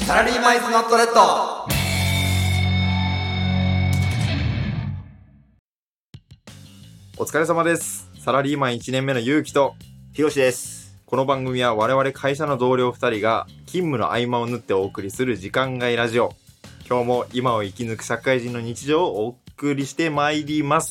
サラリーマイズノットレッド。 お疲れ様です。サラリーマン1年目のゆうきとひろしです。 この番組は我々会社の同僚2人が勤務の合間を縫ってお送りする時間外ラジオ。今日も今を生き抜く社会人の日常をお送りしてまいります。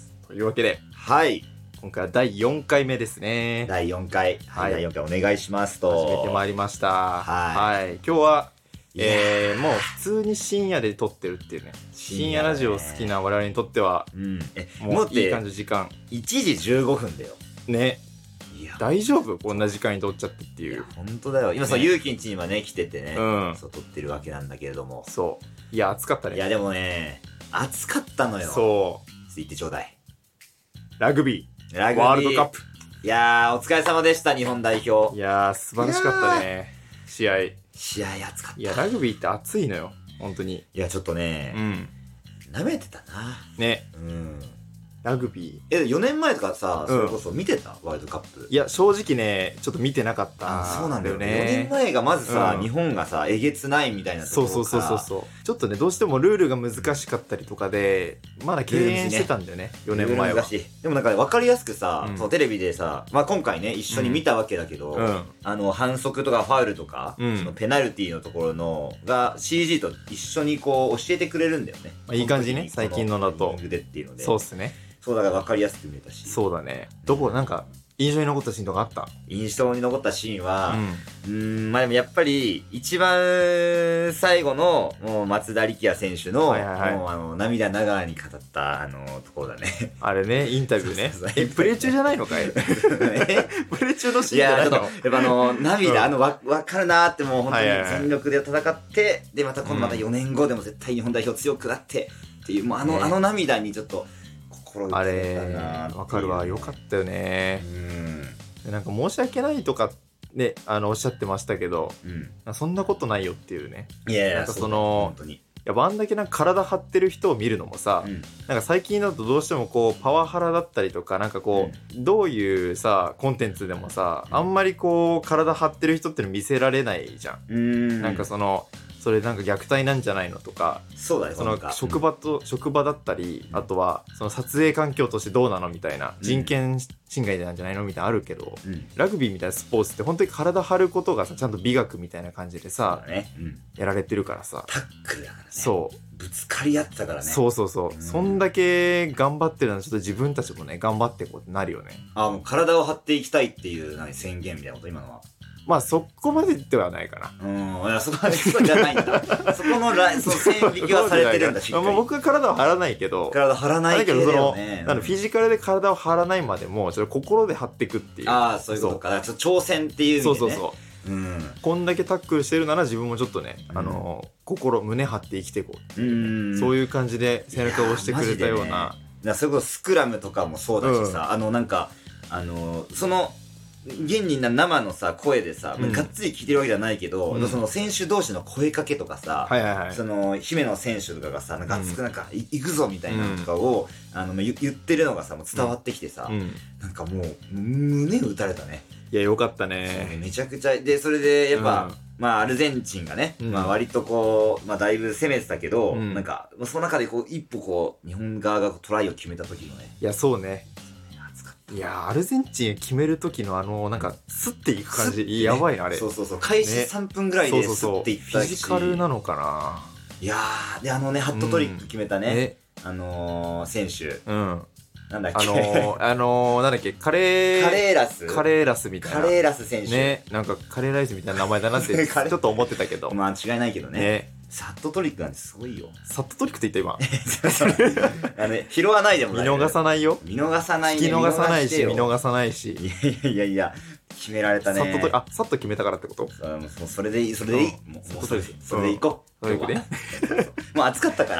というわけではい。 今回は第4回目ですね。 第4回。はい。第4回お願いしますと。 始めてまいりました。 はい。 今日は、もう普通に深夜で撮ってるっていうね。深夜ラジオ好きな我々にとっては、もういい感じ時間。 1時15分だよ。 ね。大丈夫こんな時間に撮っちゃってっていう。 本当だよ。今そう、ゆうきんちに今ね、来ててね。そう、撮ってるわけなんだけれども。 そう。いや、暑かったね。 いや、でもね、暑かったのよ。 そう。 言ってちょうだい。 ラグビー。ワールドカップ。 いやー、お疲れ様でした、日本代表。 いやー、素晴らしかったね。試合暑かった。 いや、ラグビーって熱いのよ。本当に。 いや、ちょっとね、舐めてたな。 ね。ラグビー。4年前とかさ、それこそ見てたワールドカップ。 いや、正直ね、ちょっと見てなかったそうなんだよね。4年前がまずさ、日本がさ、えげつないみたいなところから。 そう。ちょっとね、どうしてもルールが難しかったりとかで、まだ敬遠してたんだよね、4年前は。 でもなんか分かりやすくさ、テレビでさ、まあ今回ね、一緒に見たわけだけど、反則とかファウルとか、そのペナルティのところの、が CG と一緒にこう教えてくれるんだよね。 いい感じね、最近のだと。そうっすね。 そうだから分かりやすく見えたし。 そうだね。なんか、印象に残ったシーンとかあった？ 印象に残ったシーンは、まあでもやっぱり、一番最後の、もう松田力也選手の、もう涙ながらに語った、ところだね。 あれね、インタビューね。プレー中じゃないのかい？プレー中のシーンじゃないの？ やっぱ涙、わかるなーってもう本当に全力で戦って、で、また今度また4年後でも絶対日本代表強くなって、っていう、もうあの涙にちょっと、 あれわかるわ、よかったよね。なんか申し訳ないとかね、おっしゃってましたけど、そんなことないよっていうね。なんか本当にやっぱあんだけなんか体張ってる人を見るのもさ、なんか最近だとどうしてもこうパワハラだったりとか、なんかこう、どういうさコンテンツでもさ、あんまりこう体張ってる人っての見せられないじゃん。なんかそれなんか虐待なんじゃないのとか、 そうだね、 その職場だったり、あとはその撮影環境としてどうなのみたいな、人権侵害なんじゃないのみたいなあるけど、ラグビーみたいなスポーツって本当に体張ることがさ、ちゃんと美学みたいな感じでさ、やられてるからさ、 タックルだからね。 そう。 ぶつかり合ってたからね。 そう。そんだけ頑張ってるのはちょっと自分たちもね、頑張っていこうってなるよね。 もう体を張っていきたいっていう宣言みたいなこと今のは。 まあそこまでではないかな。いや、そこまでじゃないんだ。そこの線引きはされてるんだし。 まあ僕は体を張らないけど。 体張らないけどね。 フィジカルで体を張らないまでも、ちょっと心で張っていくっていう。 そういうことか。挑戦っていう意味でね。 そう。こんだけタックルしてるなら自分もちょっとね、胸張って生きていこうっていうね。そういう感じで背中を押してくれたような。 それこそスクラムとかもそうだしさ、なんか、その、現に生のさ、声でさ、がっつり聞いてるわけじゃないけど、その選手同士の声かけとかさ、その、姫野選手とかがさ、なんか熱くなんか、行くぞみたいなのとかを、言ってるのがさ、もう伝わってきてさ、なんかもう、胸打たれたね。 いや、よかったね。 めちゃくちゃ、で、それで、やっぱ、まあ、アルゼンチンがね、まあ、割とこう、まあ、だいぶ攻めてたけど、なんか、その中でこう、一歩こう、日本側がトライを決めた時のね。 いや、そうね。いやアルゼンチン決める時のなんかスッていく感じ、やばいなあれ。 そう開始3分ぐらいでスッていったし、 フィジカルなのかな。 いやー、でハットトリック決めたね、選手、なんだっけなんだっけ、カレーラスみたいな。 カレーラス選手ね、なんかカレーライスみたいな名前だなってちょっと思ってたけど、 まあ違いないけどね。サットトリックなんてすごいよ。 サットトリックって言った今拾わないでもない。 見逃さないよ。 見逃さない。 聞き逃さないし、見逃さないし。 いや、決められたね。 サッと決めたからってこと？ それでいい。それでいこう。 そういうことね。 もう暑かったから。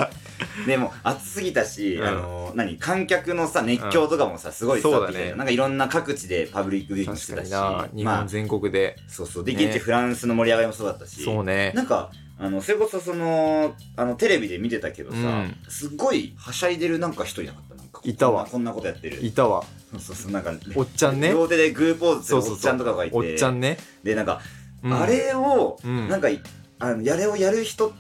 でも暑すぎたし、観客のさ、熱狂とかもさ、すごい伝わってきたよ。なんかいろんな各地でパブリックビューイングしてたし。 日本全国で。 そう。で、現地フランスの盛り上がりもそうだったし。 そうね。 なんか、それこそテレビで見てたけどさ、すっごいはしゃいでるなんか人いなかった？なんかいたわ。 こんなことやってる。 いたわ。 そうなんか、 おっちゃんね。 両手でグーポーズするおっちゃんとかがいて。 おっちゃんね。 で、なんかあれをなんかやれをやる人って、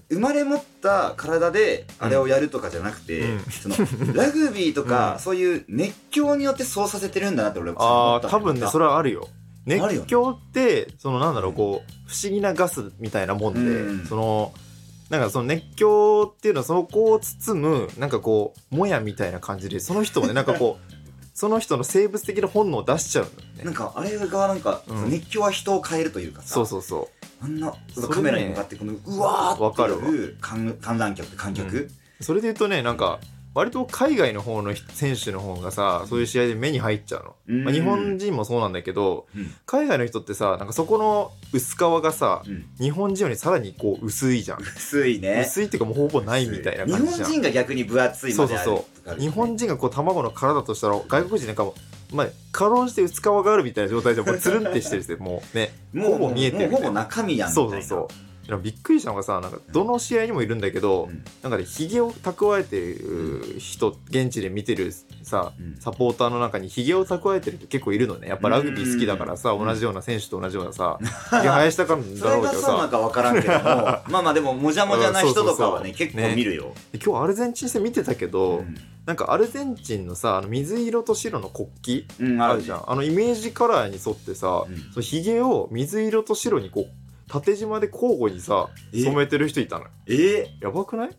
生まれ持った体であれをやるとかじゃなくて、そのラグビーとか、そういう熱狂によってそうさせてるんだなって俺は思った。 多分ねそれはあるよ。熱狂ってそのなんだろう、こう不思議なガスみたいなもんで、そのなんかその熱狂っていうのはそこを包むなんかこうもやみたいな感じで、その人をねなんかこうその人の生物的な本能を出しちゃうんだよね。 なんかあれがなんか、熱狂は人を変えるというかさ、 そうそうそう、 あんなカメラに向かってこのうわーっていう観覧客、観客、 それで言うとね、なんか割と海外の方の選手の方がさ、そういう試合で目に入っちゃうの、まあ、日本人もそうなんだけど、海外の人ってさ、なんかそこの薄皮がさ、日本人よりさらにこう薄いじゃん。 薄いね。 薄いっていうかもうほぼないみたいな感じじゃん。 日本人が逆に分厚いまである。 そう日本人がこう卵の殻だとしたら、外国人なんかもまあ、かろうじて薄皮があるみたいな状態でもうつるんってしてるんですよ。もうね、ほぼ見えてるみたいな。 もうほぼ中身やんみたいな。 そうびっくりしたのがさ、なんかどの試合にもいるんだけど、なんかね、ヒゲを蓄えてる人、現地で見てるさ、サポーターの中にヒゲを蓄えてる人結構いるのね。やっぱラグビー好きだからさ、同じような選手と同じようなさ、ヒゲ生やしたかんだろうけどさ。 それがそうなんか分からんけども、まあまあでももじゃもじゃな人とかはね、結構見るよ。 今日アルゼンチン戦見てたけど、なんかアルゼンチンのさ、水色と白の国旗あるじゃん。イメージカラーに沿ってさ、そのヒゲを水色と白にこう、縦縞で交互にさ染めてる人いたの。やばくない？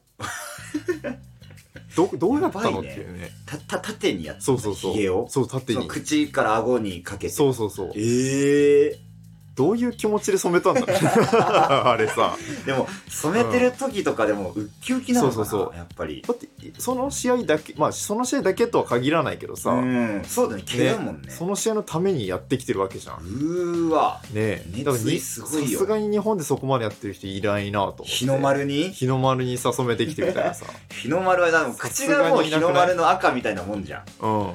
どうやったのっていうね。 縦にやってそうヒゲを。 そう縦に。 口から顎にかけて。 そう。どういう気持ちで染めたんだろうあれさ。 でも染めてる時とかでもウッキウキなのかな、やっぱり。 だってその試合だけ、まあその試合だけとは限らないけどさ、 そうだね、怪我もんね。 その試合のためにやってきてるわけじゃん。 わねえ、だからすごいよ。 さすがに日本でそこまでやってる人いないなと思って。 日の丸にさ染めてきてみたいなさ。 日の丸はなんか口がもう日の丸の赤みたいなもんじゃん。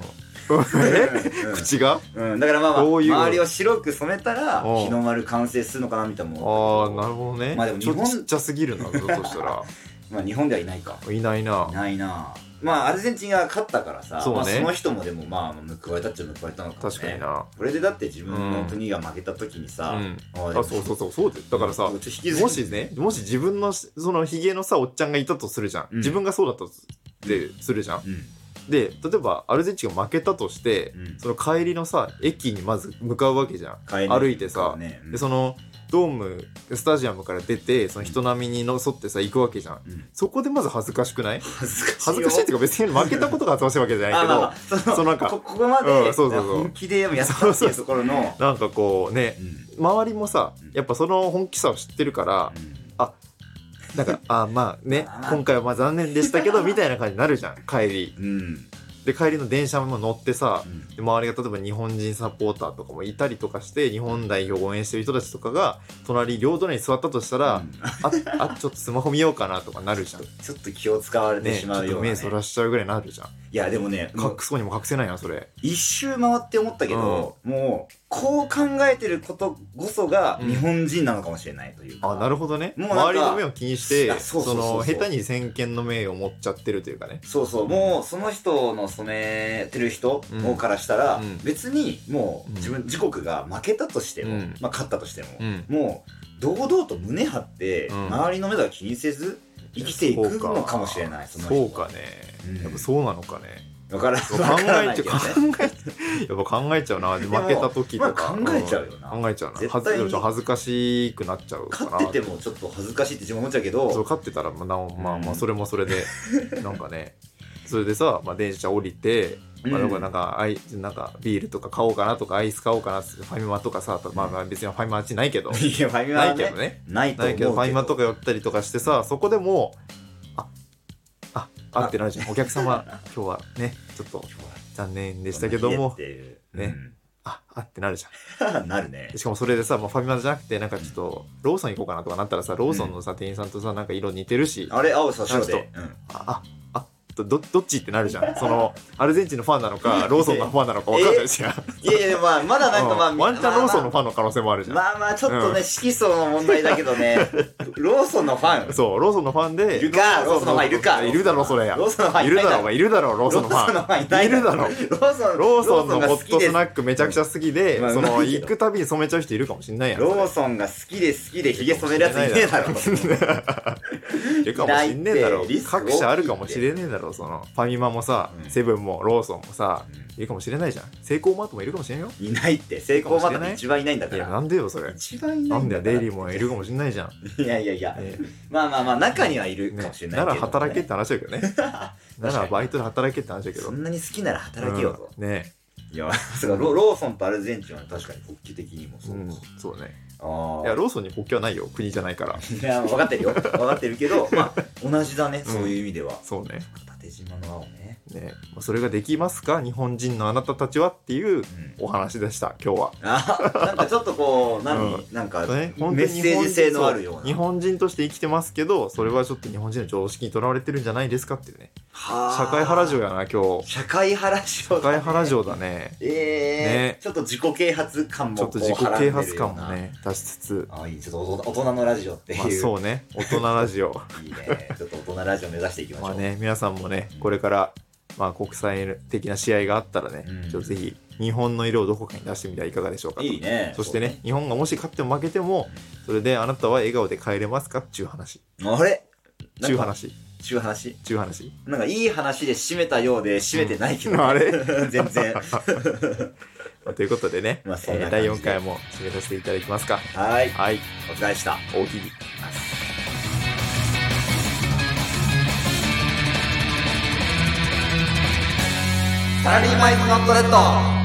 口が、 だからまあ周りを白く染めたら日の丸完成するのかなみたいなもん。なるほどね。 まあでもちょっとちっちゃすぎるな、だとしたら。 まあ日本ではいないか。 いないな。 まあアルゼンチンが勝ったからさ、その人もでもまあ報われたっちゃ報われたのかもね。 確かにな。 これでだって自分の国が負けた時にさ、 そうで、だからさ、もし自分のそのヒゲのさおっちゃんがいたとするじゃん。自分がそうだったとするじゃん。で、例えばアルゼンチンが負けたとして、その帰りのさ駅にまず向かうわけじゃん。歩いてさ、でそのドームスタジアムから出てその人並みに沿ってさ行くわけじゃん。そこでまず恥ずかしくない？恥ずかしいっていうか別に負けたことが恥ずかしいわけじゃないけど、 そのなんかここまで本気でやったっていうところのなんかこうね、周りもさやっぱその本気さを知ってるから、なんかまあね、今回はまあ残念でしたけどみたいな感じになるじゃん、帰り。で帰りの電車も乗ってさ、で周りが例えば日本人サポーターとかもいたりとかして日本代表を応援してる人たちとかが両隣に座ったとしたら、ちょっとスマホ見ようかなとかなるじゃん。 ちょっと気を使われてしまうような、 ちょっと目そらしちゃうぐらいになるじゃん。 いやでもね、 隠そうにも隠せないなそれ。 一周回って思ったけど、もうこう考えてることこそが日本人なのかもしれないというか。 なるほどね。周りの目を気にして下手に先見の目を持っちゃってるというかね。 もうその人の染めてる人からしたら、別にもう自国が負けたとしても、まあ勝ったとしても、もう堂々と胸張って周りの目とか気にせず生きていくのかもしれない。 そうかね。やっぱそうなのかね。 だから考えちゃうな。負けた時とか考えちゃうよな。 考えちゃうな。恥ずかしくなっちゃうかな。 勝っててもちょっと恥ずかしいって自分思っちゃうけど、 勝ってたらまあそれもそれでなんかね、それでさ、電車降りて、なんかビールとか買おうかなとかアイス買おうかなってファミマとかさ、別にファミマあっちないけど、 いやファミマはねないけどファミマとか寄ったりとかしてさ、そこでもってなるじゃん。お客様今日はねちょっと残念でしたけどもね、ってなるじゃん。なるね。 しかもそれでさ、ファミマじゃなくてなんかちょっとローソン行こうかなとかなったらさ、ローソンのさ店員さんとさなんか色似てるし、 あれ青さ白でどっちってなるじゃん。その、アルゼンチンのファンなのか、ローソンのファンなのか分かんないじゃん。 いやいや、まあ、まだなんかまあ、 ワンチャンローソンのファンの可能性もあるじゃん。 まあまあ、ちょっとね、色素の問題だけどね、ローソンのファン。 そう、ローソンのファンで。 いるか、ローソンのファンいるか。 いるだろ、それや。 ローソンのファンいるだろ、いるだろ、ローソンのファン。いるだろ。ローソンのホットスナックめちゃくちゃ好きで、その、行くたびに染めちゃう人いるかもしんないやん。 ローソンが好きで髭染めるやついねえだろ。 いるかもしんねえだろ。各社あるかもしれねえだろ。そのファミマもさ、セブンもローソンもさ、いるかもしれないじゃん。セイコーマートもいるかもしれんよ。 いないって。セイコーマート一番いないんだから。 いや、なんでよそれ。 一番いないんだから。 なんだよ、デイリーもいるかもしれないじゃん。 いやいやいや、まあまあまあ、中にはいるかもしれないけど、 なら働けって話だけどね。ならバイトで働けって話だけど。 そんなに好きなら働けよと。 ねいや、ローソンとアルゼンチンは確かに国旗的にもそう。 そうね。いや、ローソンに国旗はないよ。国じゃないから。 いや、分かってるよ。分かってるけど、まあ、同じだね。そういう意味では。 そうね。 縦縞の青ね。 それができますか、日本人のあなたたちはっていうお話でした、今日は。 なんかちょっとこう、なんか、メッセージ性のあるような。 日本人として生きてますけど、それはちょっと日本人の常識にとらわれてるんじゃないですかっていうね。社会派ラジオやな、今日。 社会派ラジオ。 社会派ラジオだね。 ちょっと自己啓発感も。 ちょっと自己啓発感もね、出しつつ。 いい、ちょっと大人のラジオっていう。 そうね、大人ラジオ。 いいね。ちょっと大人ラジオ目指していきましょう。 まあね、皆さんもね、これから、まあ国際的な試合があったらね、ちょっとぜひ日本の色をどこかに出してみてはいかがでしょうかと。 いいね。 そしてね、日本がもし勝っても負けても、それであなたは笑顔で帰れますかっていう話。 あれちゅう話。 なんかいい話で締めたようで締めてないけど、 あれ全然。 ということでね、第4回も締めさせていただきますか。 はい。お疲れした。 大喜利。 サラリーマイズノットレッド。